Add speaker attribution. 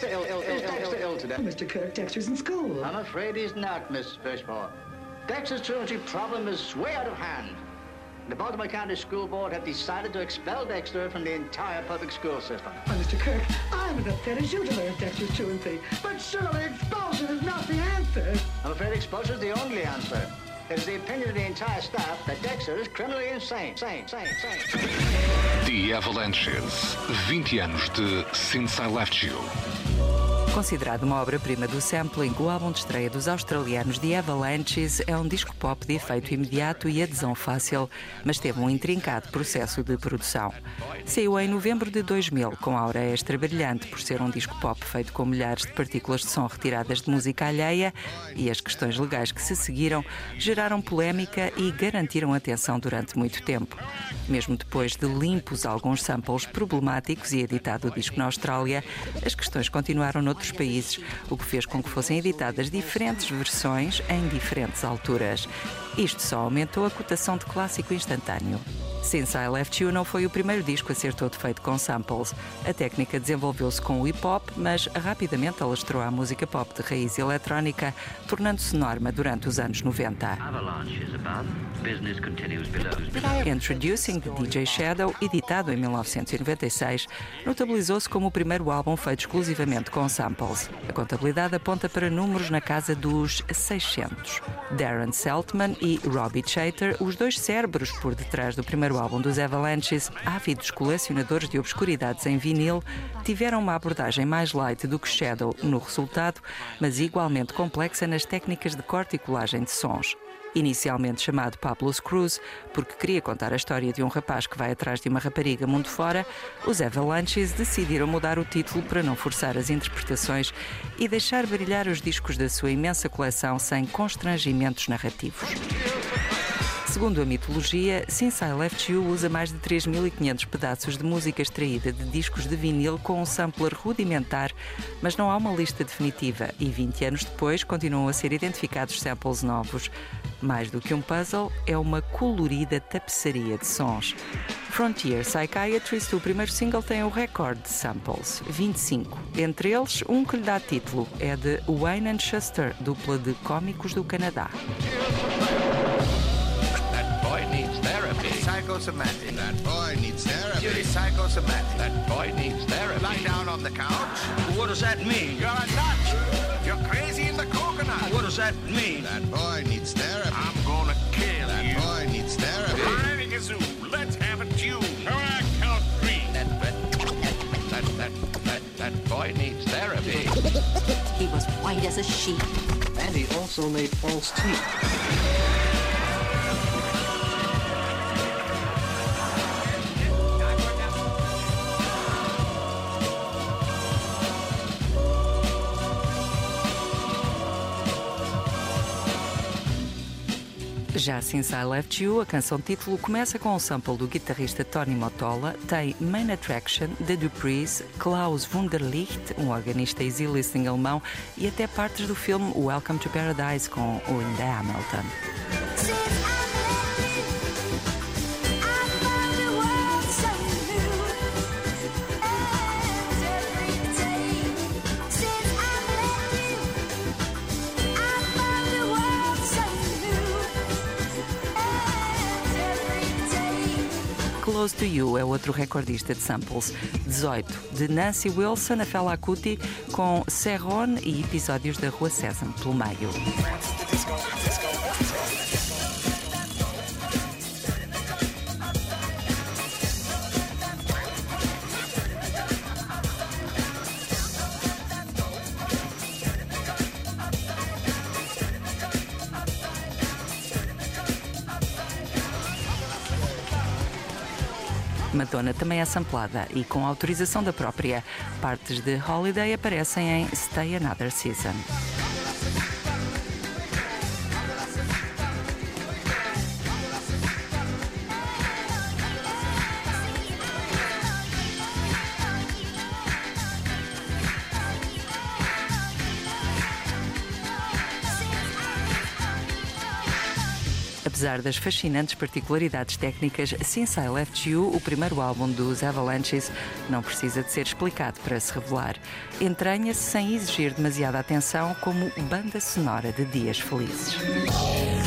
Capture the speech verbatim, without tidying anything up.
Speaker 1: Dexter ill, ill, ill, ill, ill today?
Speaker 2: Oh, Mister Kirk, Dexter's in school.
Speaker 1: I'm afraid he's not, Miss Birchmore. Dexter's truancy problem is way out of hand. The Baltimore County School Board have decided to expel Dexter from the entire public school system.
Speaker 2: Oh, Mister Kirk, I'm as upset as you to learn Dexter's truancy. But surely expulsion is not the answer.
Speaker 1: I'm afraid expulsion is the only answer. It is the opinion of the entire staff that Dexter is criminally insane. Sane, sane, sane.
Speaker 3: The Avalanches. vinte anos de Since I Left You.
Speaker 4: Considerado uma obra-prima do sampling, o álbum de estreia dos australianos The Avalanches é um disco pop de efeito imediato e adesão fácil, mas teve um intrincado processo de produção. Saiu em novembro de dois mil, com aura extra brilhante por ser um disco pop feito com milhares de partículas de som retiradas de música alheia, e as questões legais que se seguiram geraram polémica e garantiram atenção durante muito tempo. Mesmo depois de limpos alguns samples problemáticos e editado o disco na Austrália, as questões continuaram noutros países, o que fez com que fossem editadas diferentes versões em diferentes alturas. Isto só aumentou a cotação de clássico instantâneo. Since I Left You não foi o primeiro disco a ser todo feito com samples. A técnica desenvolveu-se com o hip-hop, mas rapidamente alastrou à música pop de raiz eletrónica, tornando-se norma durante os anos noventa. Introducing the D J Shadow, editado em mil novecentos e noventa e seis, notabilizou-se como o primeiro álbum feito exclusivamente com samples. A contabilidade aponta para números na casa dos seiscentos. Darren Seltman e Robbie Chater, os dois cérebros por detrás do primeiro álbum dos Avalanches, ávidos colecionadores de obscuridades em vinil, tiveram uma abordagem mais light do que Shadow no resultado, mas igualmente complexa nas técnicas de corte e colagem de sons. Inicialmente chamado Pablo's Cruise, porque queria contar a história de um rapaz que vai atrás de uma rapariga mundo fora, os Avalanches decidiram mudar o título para não forçar as interpretações e deixar brilhar os discos da sua imensa coleção sem constrangimentos narrativos. Segundo a mitologia, Since I Left You usa mais de três mil e quinhentos pedaços de música extraída de discos de vinil com um sampler rudimentar, mas não há uma lista definitiva e vinte anos depois continuam a ser identificados samples novos. Mais do que um puzzle, é uma colorida tapeçaria de sons. Frontier Psychiatrist, o primeiro single, tem o recorde de samples, vinte e cinco. Entre eles, um que lhe dá título, é de Wayne and Shuster, dupla de cómicos do Canadá.
Speaker 5: Psychosomatic. That boy needs therapy. You're psychosomatic. That boy needs therapy. Lie down on the couch.
Speaker 6: What does that mean?
Speaker 5: You're a nut. You're crazy in the coconut.
Speaker 6: What does that mean?
Speaker 5: That boy needs therapy.
Speaker 6: I'm gonna kill
Speaker 5: that
Speaker 6: you.
Speaker 5: That boy needs therapy.
Speaker 6: Riding a zoo. Let's have a tune. Come on, count three.
Speaker 5: That, that, that, that, that, that boy needs therapy.
Speaker 7: He was white as a sheet.
Speaker 1: And he also made false teeth.
Speaker 4: Já Since I Left You, a canção título começa com um sample do guitarrista Tony Mottola, tem Main Attraction, The Duprees, Klaus Wunderlich, um organista easy listening alemão, e até partes do filme Welcome to Paradise com o Linda Hamilton. Close to You é outro recordista de samples. dezoito, de Nancy Wilson a Fela Kuti, com Serron e episódios da Rua Sésamo pelo meio. Madonna também é samplada e, com autorização da própria, partes de Holiday aparecem em Stay Another Season. Apesar das fascinantes particularidades técnicas, Since I Left You, o primeiro álbum dos Avalanches, não precisa de ser explicado para se revelar. Entranha-se sem exigir demasiada atenção como banda sonora de dias felizes.